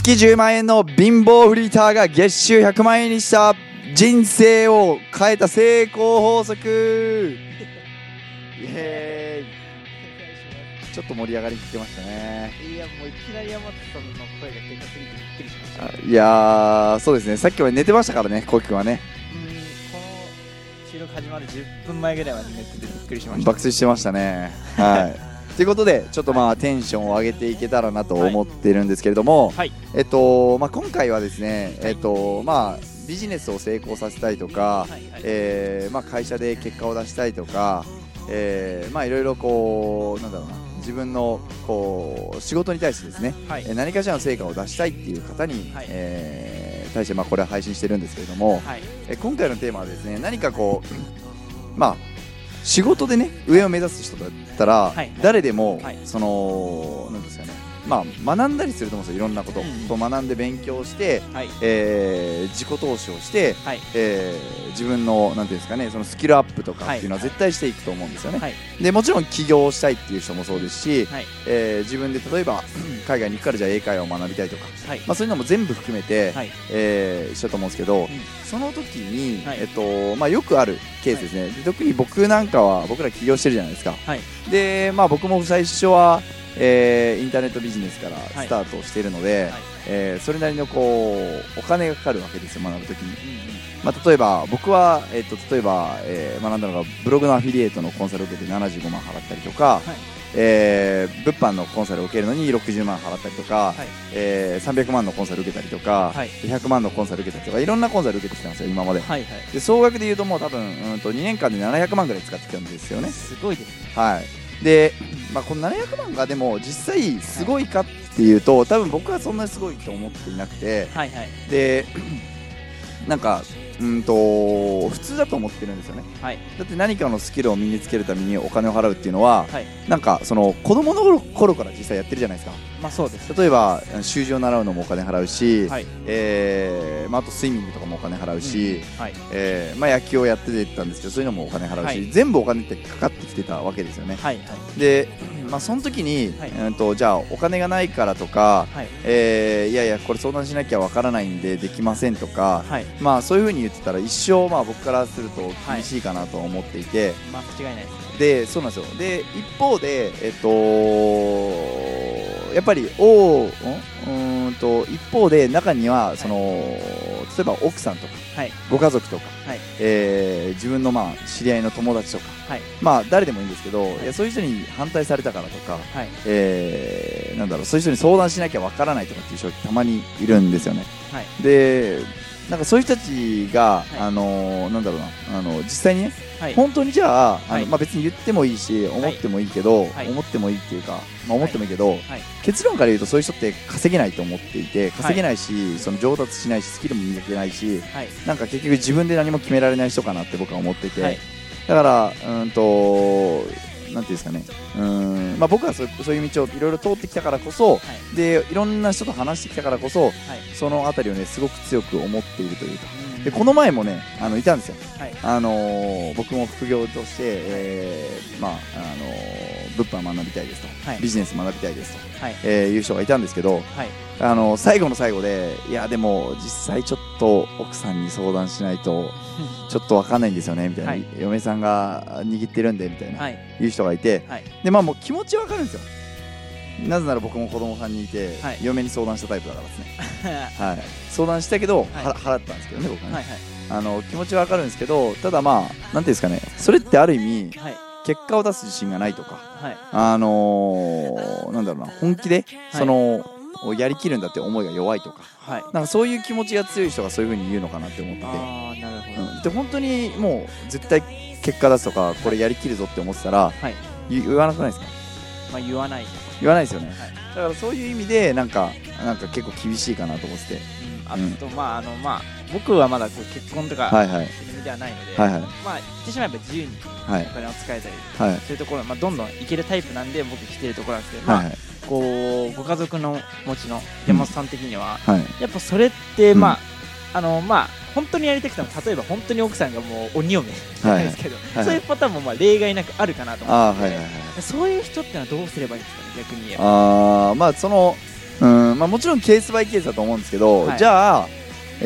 月10万円の貧乏フリーターが月収100万円にした人生を変えた成功法則。イエーイ。ちょっと盛り上がりきってましたね。 いや、もういきなり山本さんの声がでかすぎてびっくりしました。 いやー、そうですね。さっきまで寝てましたからね、こうきくんはね。 この収録始まる10分前ぐらいまで寝ててびっくりしました。 爆睡してましたね。はい。ということでちょっとまあテンションを上げていけたらなと思っているんですけれども、 はい、 まあ今回はですね、まあビジネスを成功させたいとか、まあ会社で結果を出したいとか、まあいろいろこうなんだろうな、自分のこう仕事に対してですね、何かしらの成果を出したいっていう方に、対してまあこれは配信してるんですけれども、今回のテーマはですね、何かこうまあ仕事でね上を目指す人だったら、誰でも、そのなんですかね、まあ学んだりすると思うんですよ。いろんなことを学んで勉強して、自己投資をして、自分のなんていうんですかね、そのスキルアップとかっていうのは絶対していくと思うんですよね。でもちろん起業をしたいっていう人もそうですし、自分で例えば海外に行くからじゃあ英会話を学びたいとか、まあそういうのも全部含めて、一緒だと思うんですけど、その時に、まあよくあるケースですね。特に僕なんかは僕ら起業してるじゃないですか。でまあ僕も最初はインターネットビジネスからスタートしているので、それなりのこうお金がかかるわけですよ、学ぶときに。まあ、例えば僕は、例えば、学んだのがブログのアフィリエイトのコンサルを受けて75万払ったりとか、物販のコンサルを受けるのに60万払ったりとか、300万のコンサル受けたりとか、100万のコンサル受けたりとか、いろんなコンサル受けてきたんですよ今まで。で総額でいうともう多分2年間で700万ぐらい使ってきたんですよね。 すごいですね。 で、まあ、この700万がでも実際すごいかっていうと、多分僕はそんなにすごいと思っていなくて、でなんか普通だと思ってるんですよね。だって何かのスキルを身につけるためにお金を払うっていうのは、なんかその子供の頃から実際やってるじゃないですか。 まあそうです。 例えば習字を習うのもお金払うし、まあ、あとスイミングとかもお金払うし、まあ野球をやってたんですけどそういうのもお金払うし、全部お金ってかかってきてたわけですよね。でまあ、その時に、じゃあお金がないからとか、いやいやこれ相談しなきゃわからないんでできませんとか、まあそういう風に言ってたら一生まあ僕からすると厳しいかなと思っていて、 間違いないですね。 でそうなんですよ。で一方でやっぱり一方で中にはその、例えば奥さんとか、ご家族とか、自分のまあ知り合いの友達とか、まあ誰でもいいんですけど、いやそういう人に反対されたからとか、なんだろう、そういう人に相談しなきゃわからないとかっていう人がたまにいるんですよね。でなんかそういう人たちが、なんだろうな、実際にね、本当にじゃあ、まあ別に言ってもいいし思ってもいいけど、思ってもいいっていうか、まあ、思ってもいいけど、結論から言うとそういう人って稼げないと思っていて、稼げないし、その上達しないしスキルも磨けないし、なんか結局自分で何も決められない人かなって僕は思っていて、だからなんていうんですかね、まあ、僕はそういう道をいろいろ通ってきたからこそ、でいろんな人と話してきたからこそ、そのあたりをねすごく強く思っているというか。でこの前もねいたんですよ。僕も副業として、まあ物販学びたいですと、ビジネス学びたいですと、いう人がいたんですけど、最後の最後で、いやでも実際ちょっと奥さんに相談しないとちょっと分かんないんですよねみたいな、嫁さんが握ってるんでみたいな、いう人がいて、でまあもう気持ちは分かるんですよ。なぜなら僕も子供さんにいて、嫁に相談したタイプだからですね。相談したけど、払ったんですけどね僕はね。気持ちは分かるんですけど、ただまあなんていうんですかね、それってある意味、結果を出す自信がないとか、なんだろうな、本気でそのやりきるんだって思いが弱いとか、なんかそういう気持ちが強い人がそういう風に言うのかなって思ってて、で本当にもう絶対結果出すとかこれやりきるぞって思ってたら、言わなくないですか？ まあ言わないですよね。だからそういう意味でなんか結構厳しいかなと思ってて、 あとまあ僕はまだこう結婚とかそういう意味ではないので、まあ言ってしまえば自由にお金を使えたり、そういうところ、まあどんどんいけるタイプなんで僕来てるところなんですけど、まあこうご家族の持ちの山本さん的には、やっぱそれってまあまあ本当にやりたくても、例えば本当に奥さんがもう鬼嫁じゃないですけど、そういうパターンもまあ例外なくあるかなと思って、そういう人ってのはどうすればいいんですかね、逆に言えば。 まあそのまあ、もちろんケースバイケースだと思うんですけど、じゃあ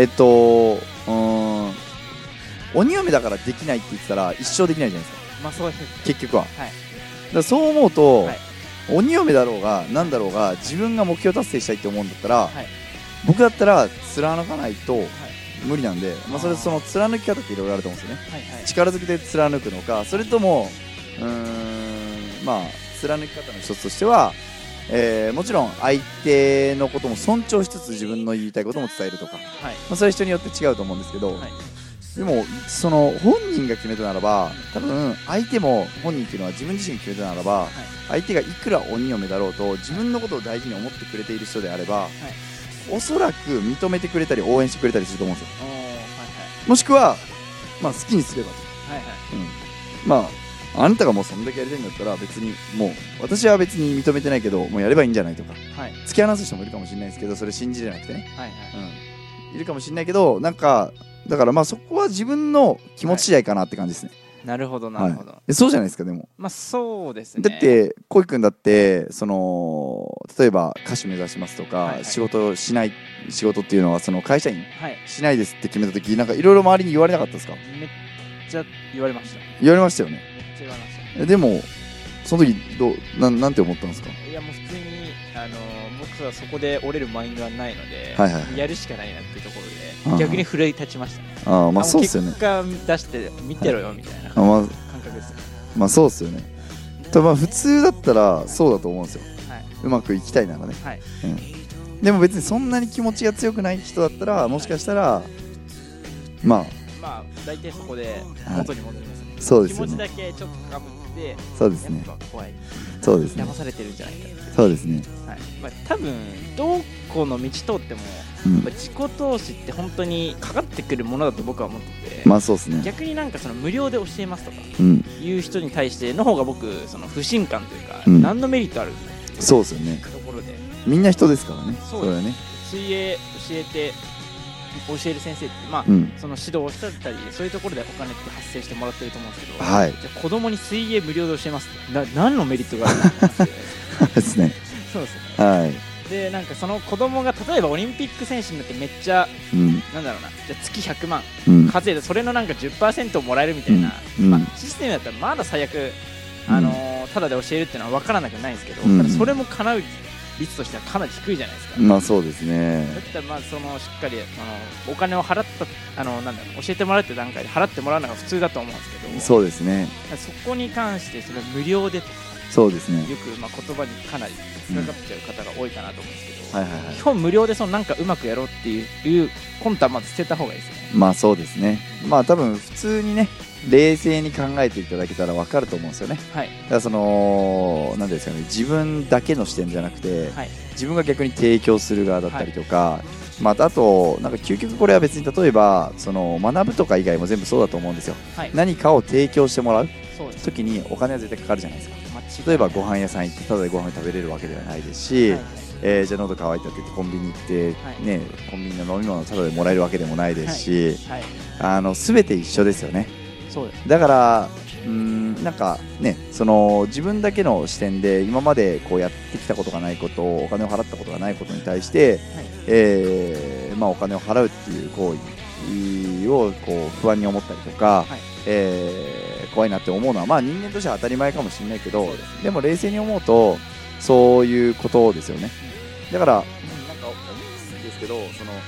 鬼嫁だからできないって言ってたら一生できないじゃないですか。 まあそうです。 結局は、だからそう思うと、鬼嫁だろうがなんだろうが自分が目標達成したいって思うんだったら、僕だったら貫かないと無理なんで、まあ、それその貫き方っていろいろあると思うんですよね。力ずくで貫くのか、それともまあ貫き方の一つとしては、もちろん相手のことも尊重しつつ自分の言いたいことも伝えるとか、まあ、それは人によって違うと思うんですけど、でもその本人が決めたならば、多分相手も本人っていうのは自分自身が決めたならば、相手がいくら鬼嫁だろうと自分のことを大事に思ってくれている人であれば、おそらく認めてくれたり応援してくれたりすると思うんですよ。もしくは、まあ、好きにすればと、まああなたがもうそんだけやりたいんだったら別にもう私は別に認めてないけどもうやればいいんじゃないとか、突き放す人もいるかもしれないですけど、それ信じれなくてね、いるかもしれないけど、なんかだからまあそこは自分の気持ち次第かなって感じですね。 なるほどなるほど、 そうじゃないですか。でもまあそうですね。 だってこいくんだってその例えば歌手目指しますとか、仕事しない仕事っていうのはその会社員しないですって決めた時、なんかいろいろ周りに言われなかったですか？ めっちゃ言われました。 言われましたよね。 めっちゃ言われました。 でもその時なんて思ったんですか？ いやもう普通に僕はそこで折れるマインドはないので、やるしかないなっていうところで逆に奮い立ちましたね。 まあそうですよね。 結果出して見てろよみたいな感覚ですね。 まあそうですよね。まあ普通だったらそうだと思うんですよ。うまくいきたいならね。でも別にそんなに気持ちが強くない人だったら、もしかしたらまあ大体そこで元に戻りますね。 そうですよね。 気持ちだけちょっとかぶって、 そうですね。 怖い。 そうですね。 騙されてるんじゃないか。 そうですね。 まあ多分どこの道通っても自己投資って本当にかかってくるものだと僕は思ってて、 まあそうですね。 逆になんかその無料で教えますとかいう人に対しての方が僕その不信感というか、何のメリットあるんだっていうそうですよね。 ところで、 みんな人ですからね。 そうですね。水泳教える先生ってまあ、その指導をしたりそういうところでお金って発生してもらってると思うんですけど、じゃあ子供に水泳無料で教えますって何のメリットがあるのかですね。 そうですね。でなんかその子供が例えばオリンピック選手になってめっちゃ、なんだろうな、じゃあ月100万稼いでそれのなんか 10% をもらえるみたいな、システムだったらまだ最悪ただで教えるっていうのは分からなくないんですけど、ただそれも叶う率としてはかなり低いじゃないですか。 まあそうですね。 だったらまあそのしっかりお金を払ったなんだろう、教えてもらうって段階で払ってもらうのが普通だと思うんですけど、 そうですね。 そこに関してそれ無料でとか、 そうですね。 よくまあ言葉にかなり引っかかっちゃう方が多いかなと思うんですけど、基本無料でそのなんかうまくやろうっていう魂胆はまず捨てた方がいいですよね。 まあそうですね。まあ多分普通にね冷静に考えていただけたら分かると思うんですよね。だからその何ですかね、自分だけの視点じゃなくて、自分が逆に提供する側だったりとか、まあ、あとなんか究極これは別に例えばその学ぶとか以外も全部そうだと思うんですよ。何かを提供してもらう時にお金は絶対かかるじゃないですか。例えばご飯屋さん行ってただでご飯食べれるわけではないですし、じゃあ喉乾いたって言ってコンビニ行って、ね、コンビニの飲み物をただでもらえるわけでもないですし、全て一緒ですよね。だからなんかね、その自分だけの視点で今までこうやってきたことがないことを、お金を払ったことがないことに対して、まあ、お金を払うっていう行為をこう不安に思ったりとか、怖いなって思うのは、まあ、人間としては当たり前かもしれないけど、でも冷静に思うとそういうことですよね。だからなんか思うんですけど、その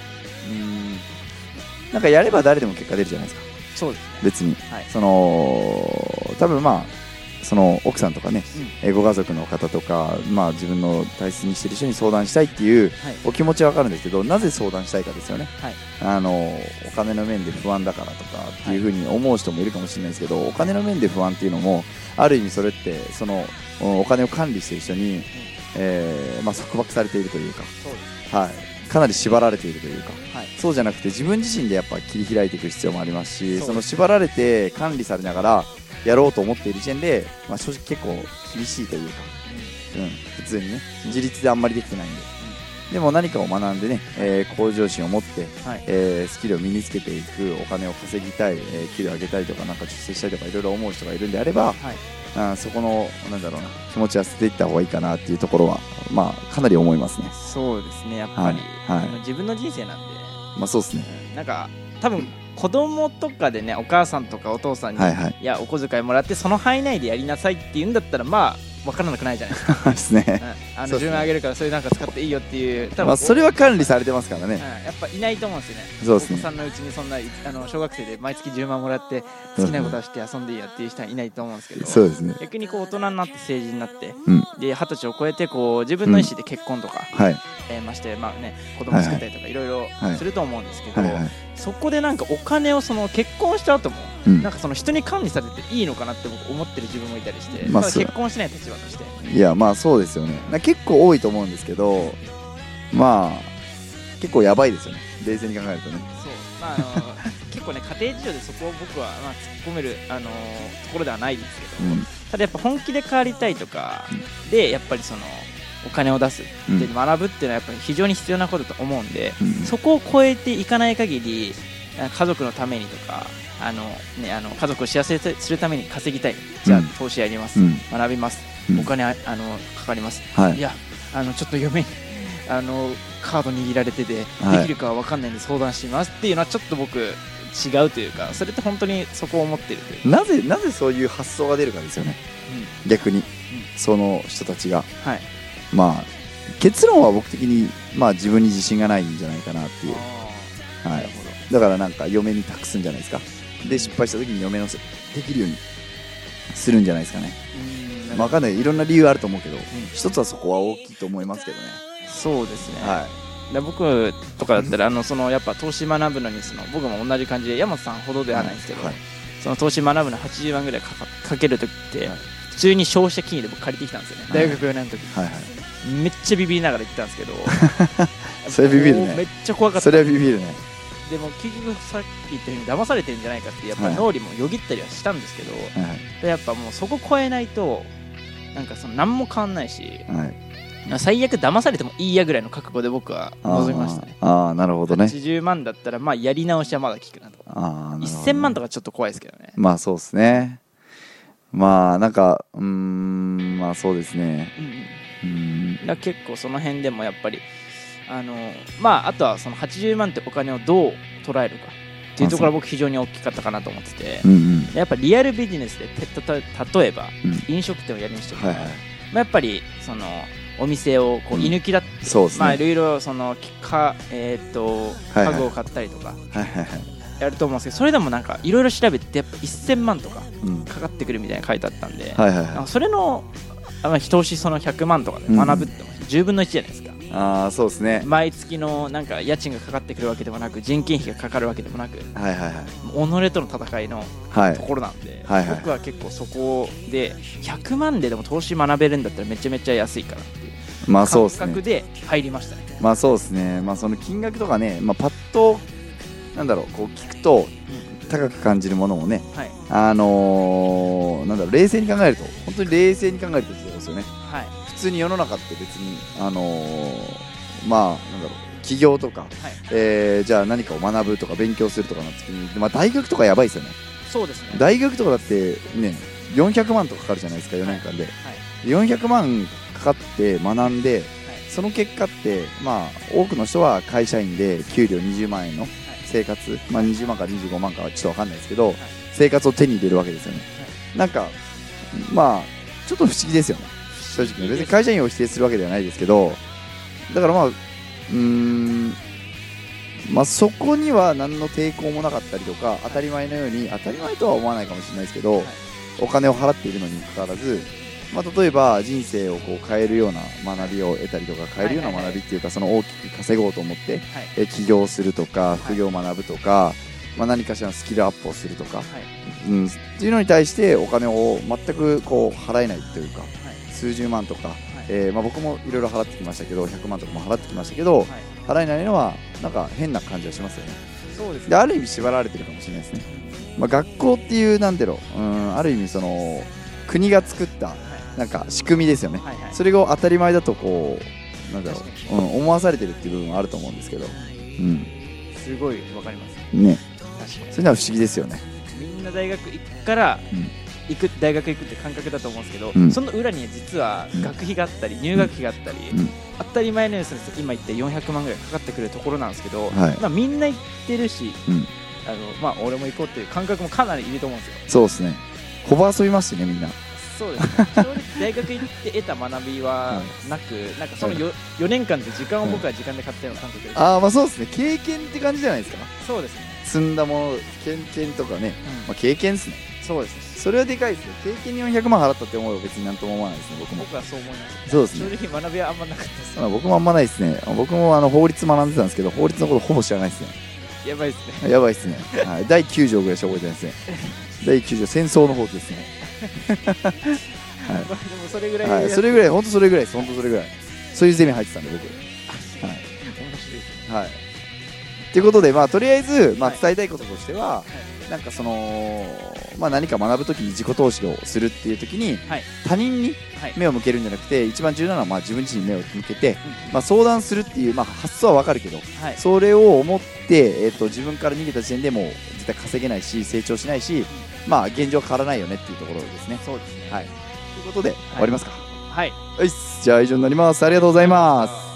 なんかやれば誰でも結果出るじゃないですか。 そうですね。 別に、その多分まあその奥さんとかね、ご家族の方とか、まあ、自分の大切にしている人に相談したいっていうお気持ちは分かるんですけど、なぜ相談したいかですよね。お金の面で不安だからとかっていうふうに思う人もいるかもしれないですけど、お金の面で不安っていうのもある意味それってそのお金を管理している人に、まあ、束縛されているというか、かなり縛られているというか、そうじゃなくて自分自身でやっぱ切り開いていく必要もありますし、その縛られて管理されながらやろうと思っている時点で、まあ、正直結構厳しいというか、普通にね自立であんまりできてないんで、でも何かを学んでね、向上心を持って、スキルを身につけていく、お金を稼ぎたい、給料を上げたいとかなんか出世したいとかいろいろ思う人がいるんであれば、 そこのなんだろうな気持ちは捨てていった方がいいかなっていうところはまあかなり思いますね。 そうですね、やっぱり、自分の人生なんで、 まあそうですね、 なんか多分子供とかでね、お母さんとかお父さんに、いやお小遣いもらってその範囲内でやりなさいって言うんだったら、まあ分からなくないじゃないですか。 ですね。 10万あげるからそれなんか使っていいよっていう、 まあそれは管理されてますからね。 やっぱいないと思うんですよね。 そうですね。 お子さんのうちにそんな小学生で毎月10万もらって好きなことはして遊んでいいよっていう人はいないと思うんですけど、 そうですね。 逆にこう大人になって成人になって、で20歳を超えてこう自分の意思で結婚とか、ましてまあね子供作ったりとかいろいろすると思うんですけど、そこでなんかお金をその結婚した後もなんかその人に管理されていいのかなって僕思ってる自分もいたりして、結婚しない立場として。 いやまあそうですよね。結構多いと思うんですけど、まあ結構やばいですよね、冷静に考えるとね。 そう、まあ結構ね家庭事情でそこを僕はまあ突っ込めるところではないですけど、ただやっぱ本気で変わりたいとかでやっぱりそのお金を出すで学ぶっていうのはやっぱり非常に必要なことだと思うんで、そこを超えていかない限り家族のためにとか家族を幸せにするために稼ぎたい、じゃあ投資やります、学びます、お金かかります、いやちょっと嫁にカード握られててできるかは分かんないんで相談しますっていうのはちょっと僕違うというか、それって本当にそこを思ってるというか、 なぜそういう発想が出るかですよね、逆に、その人たちが、まあ結論は僕的にまあ自分に自信がないんじゃないかなっていう、だからなんか嫁に託すんじゃないですか。で失敗した時に嫁のできるようにするんじゃないですかね。分かんない、いろんな理由あると思うけど、一つはそこは大きいと思いますけどね。 そうですね、で僕とかだったらそのやっぱ投資学ぶのに僕も同じ感じで山本さんほどではないんですけど、その投資学ぶの80万ぐらいかけるときって普通に消費者金融で僕借りてきたんですよね、大学4年の時、めっちゃビビりながら言ってたんですけどそれビビるね、 めっちゃ怖かった。 それはビビるね。 でも結局さっき言ったように騙されてるんじゃないかってやっぱり脳裏もよぎったりはしたんですけど、でやっぱもうそこ超えないとなんか何も変わんないし、最悪騙されてもいいやぐらいの覚悟で僕は臨みましたね。 なるほどね。 80万だったらまあやり直しはまだ効くなと。1000万とかちょっと怖いですけどね。 まあそうですね。まあなんかまあそうですね。 だ結構その辺でもやっぱりまああとはその80万ってお金をどう捉えるかっていうところは僕非常に大きかったかなと思ってて、やっぱリアルビジネスで例えば飲食店をやるにしても、やっぱりそのお店をこう居抜きだって、まあいろいろその家具を買ったりとかやると思うんですけど、それでもなんかいろいろ調べてやっぱ1000万とかかかってくるみたいな書いてあったんで、それの投資その100万とかで学ぶって10分の1じゃないですか。 そうですね。 毎月のなんか家賃がかかってくるわけでもなく、人件費がかかるわけでもなく、己との戦いのところなんで、僕は結構そこで100万でも投資学べるんだったらめちゃめちゃ安いからっていう感覚で入りましたね。 まあそうですね。まあその金額とかね、まあパッとなんだろうこう聞くと高く感じるものもね、なんだろう冷静に考えると本当に冷静に考えるとってことですよね。普通に世の中って別にまあなんだろう起業とか、じゃあ何かを学ぶとか勉強するとかの時に、まあ大学とかやばいですよね。 そうですね。 大学とかだってね400万とかかかるじゃないですか4年間で。400万かかって学んで、その結果ってまあ多くの人は会社員で給料20万円の生活、まあ20万から25万かはちょっと分かんないですけど、生活を手に入れるわけですよね。なんかまあちょっと不思議ですよね正直。別に会社員を否定するわけではないですけど、だからまあまあそこには何の抵抗もなかったりとか、当たり前のように当たり前とは思わないかもしれないですけど、お金を払っているのにもかかわらず、まあ、例えば人生をこう変えるような学びを得たりとか、変えるような学びっていうか、その大きく稼ごうと思って起業するとか副業を学ぶとか、まあ何かしらのスキルアップをするとか、っていうのに対してお金を全くこう払えないというか、数十万とか、まあ僕もいろいろ払ってきましたけど、100万とかも払ってきましたけど、払えないのはなんか変な感じがしますよね。 そうですね。 である意味縛られてるかもしれないですね。まあ、学校っていうなんだろう、ある意味その国が作ったなんか仕組みですよね。それが当たり前だとこうなんだろう、思わされてるっていう部分はあると思うんですけど、 すごいわかりますね。そういうのは不思議ですよね。 みんな大学行くから、 大学行くって感覚だと思うんですけど、その裏に実は学費があったり入学費があったり、当たり前のように今言って400万ぐらいかかってくるところなんですけど、みんな行ってるし、俺も行こうっていう感覚もかなりいると思うんですよ。 そうですね。ほぼ遊びますしね、みんな。 そうですね。正直大学行って得た学びはなく、なんかその 4年間で時間を僕は時間で買ったような感覚です。 ああ、まあそうですね。経験って感じじゃないですか。 そうですね。 積んだもの、経験とかね、経験ですね。 そうですね。 それはでかいですよ。経験に400万払ったって思えば別になんとも思わないですね、僕も。 僕はそう思います。 そうですね。 正直学びはあんまなかったです。 僕もあんまないですね。僕も法律学んでたんですけど、法律のことほぼ知らないですね。 やばいですね。 やばいですね。はい、第9条ぐらいしか覚えてないですね。第9条、戦争の法ですね。 はい、でもそれぐらい、 はい、それぐらい、本当それぐらいです、本当それぐらい。そういうゼミ入ってたんで、僕。はい。 面白いですね。 はい。ということで、とりあえず、伝えたいこととしては、なんか何か学ぶときに自己投資をするっていうときに、他人に目を向けるんじゃなくて、一番重要なのは自分自身に目を向けて、相談するっていう、発想はわかるけど、それを思って、自分から逃げた時点でもう絶対稼げないし、成長しないし、現状変わらないよねっていうところですね。 そうですね。 はい。ということで、終わりますか。 はい。 じゃあ以上になります。ありがとうございます。